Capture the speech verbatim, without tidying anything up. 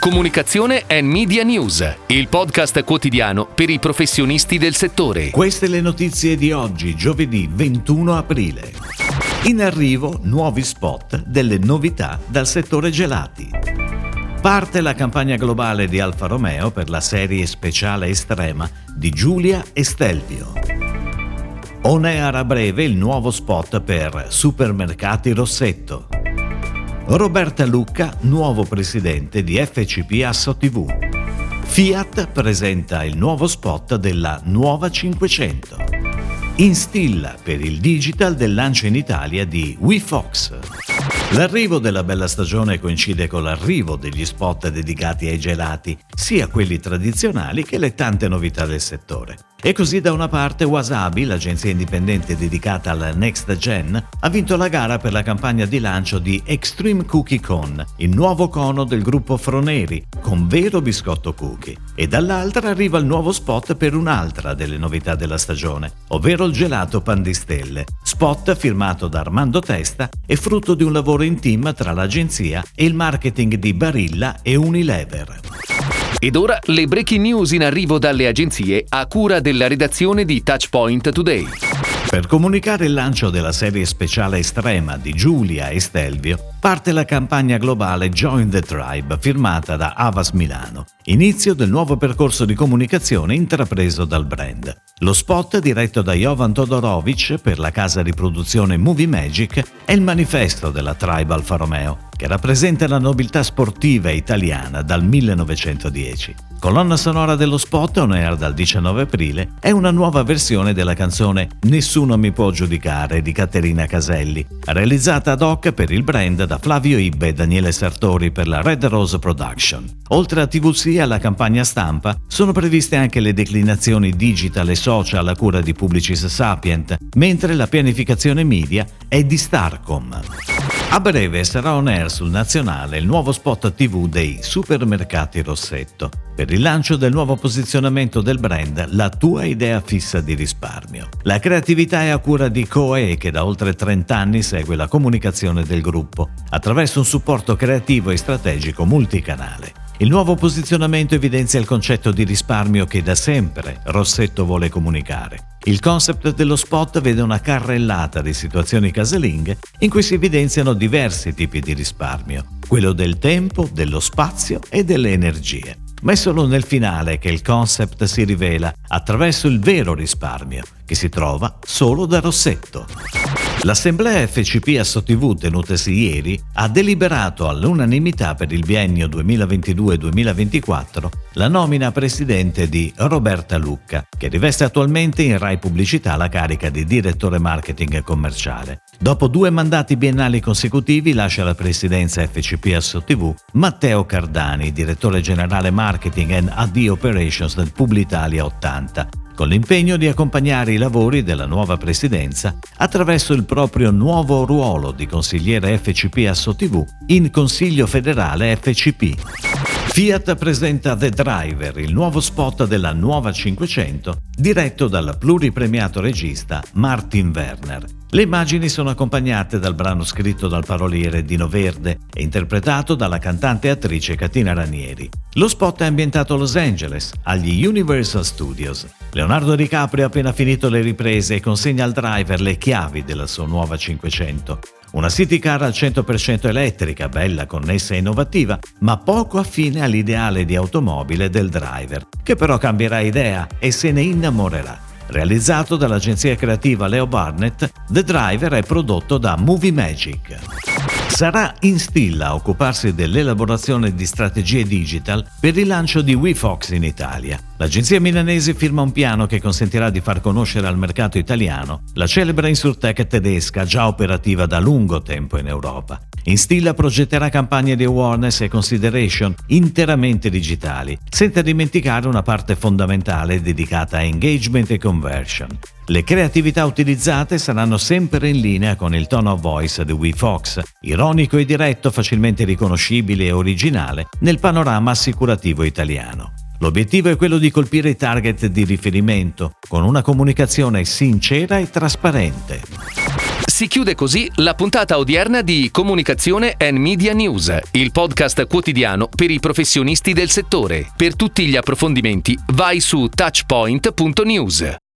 Comunicazione and Media News, il podcast quotidiano per i professionisti del settore. Queste le notizie di oggi, giovedì ventuno aprile. In arrivo nuovi spot delle novità dal settore gelati. Parte la campagna globale di Alfa Romeo per la serie speciale estrema di Giulia e Stelvio. On air a breve il nuovo spot per Supermercati Rossetto. Roberta Lucca, nuovo presidente di F C P Asso T V. Fiat presenta il nuovo spot della nuova cinquecento. Instilla per il digital del lancio in Italia di WeFox. L'arrivo della bella stagione coincide con l'arrivo degli spot dedicati ai gelati, sia quelli tradizionali che le tante novità del settore. E così da una parte Wasabi, l'agenzia indipendente dedicata al Next Gen, ha vinto la gara per la campagna di lancio di Extreme Cookie Cone, il nuovo cono del gruppo Froneri, con vero biscotto cookie. E dall'altra arriva il nuovo spot per un'altra delle novità della stagione, ovvero il gelato pan di stelle, spot firmato da Armando Testa e frutto di un lavoro in team tra l'agenzia e il marketing di Barilla e Unilever. Ed ora le breaking news in arrivo dalle agenzie a cura della redazione di Touchpoint Today. Per comunicare il lancio della serie speciale estrema di Giulia e Stelvio, parte la campagna globale Join the Tribe firmata da Havas Milano, inizio del nuovo percorso di comunicazione intrapreso dal brand. Lo spot, diretto da Jovan Todorovic per la casa di produzione Movie Magic, è il manifesto della Tribe Alfa Romeo, che rappresenta la nobiltà sportiva italiana dal millenovecentodieci. Colonna sonora dello spot, on air dal diciannove aprile, è una nuova versione della canzone Nessuno mi può giudicare di Caterina Caselli, realizzata ad hoc per il brand da Flavio Ibbe e Daniele Sartori per la Red Rose Production. Oltre a T V C e alla campagna stampa, sono previste anche le declinazioni digital e social a cura di Publicis Sapient, mentre la pianificazione media è di Starcom. A breve sarà on air sul nazionale il nuovo spot T V dei Supermercati Rossetto, per il lancio del nuovo posizionamento del brand La tua idea fissa di risparmio. La creatività è a cura di Coe, che da oltre trenta anni segue la comunicazione del gruppo, attraverso un supporto creativo e strategico multicanale. Il nuovo posizionamento evidenzia il concetto di risparmio che da sempre Rossetto vuole comunicare. Il concept dello spot vede una carrellata di situazioni casalinghe in cui si evidenziano diversi tipi di risparmio, quello del tempo, dello spazio e delle energie. Ma è solo nel finale che il concept si rivela attraverso il vero risparmio, che si trova solo da Rossetto. L'assemblea F C P Asso T V tenutasi ieri ha deliberato all'unanimità per il biennio duemilaventidue duemilaventiquattro la nomina a presidente di Roberta Lucca, che riveste attualmente in Rai Pubblicità la carica di direttore marketing commerciale. Dopo due mandati biennali consecutivi lascia la presidenza F C P Asso T V Matteo Cardani, direttore generale marketing and A D Operations del Publitalia ottanta, con l'impegno di accompagnare i lavori della nuova presidenza attraverso il proprio nuovo ruolo di consigliere F C P Asso T V in Consiglio federale F C P. Fiat presenta The Driver, il nuovo spot della nuova cinquecento, diretto dal pluripremiato regista Martin Werner. Le immagini sono accompagnate dal brano scritto dal paroliere Dino Verde e interpretato dalla cantante e attrice Catina Ranieri. Lo spot è ambientato a Los Angeles, agli Universal Studios. Leonardo DiCaprio ha appena finito le riprese e consegna al driver le chiavi della sua nuova cinquecento. Una city car al cento per cento elettrica, bella, connessa e innovativa, ma poco affine all'ideale di automobile del driver, che però cambierà idea e se ne innamorerà. Realizzato dall'agenzia creativa Leo Barnett, The Driver è prodotto da Movie Magic. Sarà Instilla a occuparsi dell'elaborazione di strategie digital per il lancio di WeFox in Italia. L'agenzia milanese firma un piano che consentirà di far conoscere al mercato italiano la celebre insurtech tedesca già operativa da lungo tempo in Europa. Instilla progetterà campagne di awareness e consideration interamente digitali, senza dimenticare una parte fondamentale dedicata a engagement e conversion. Le creatività utilizzate saranno sempre in linea con il tone of voice di WeFox, ironico e diretto, facilmente riconoscibile e originale nel panorama assicurativo italiano. L'obiettivo è quello di colpire i target di riferimento con una comunicazione sincera e trasparente. Si chiude così la puntata odierna di Comunicazione and Media News, il podcast quotidiano per i professionisti del settore. Per tutti gli approfondimenti vai su touchpoint punto news.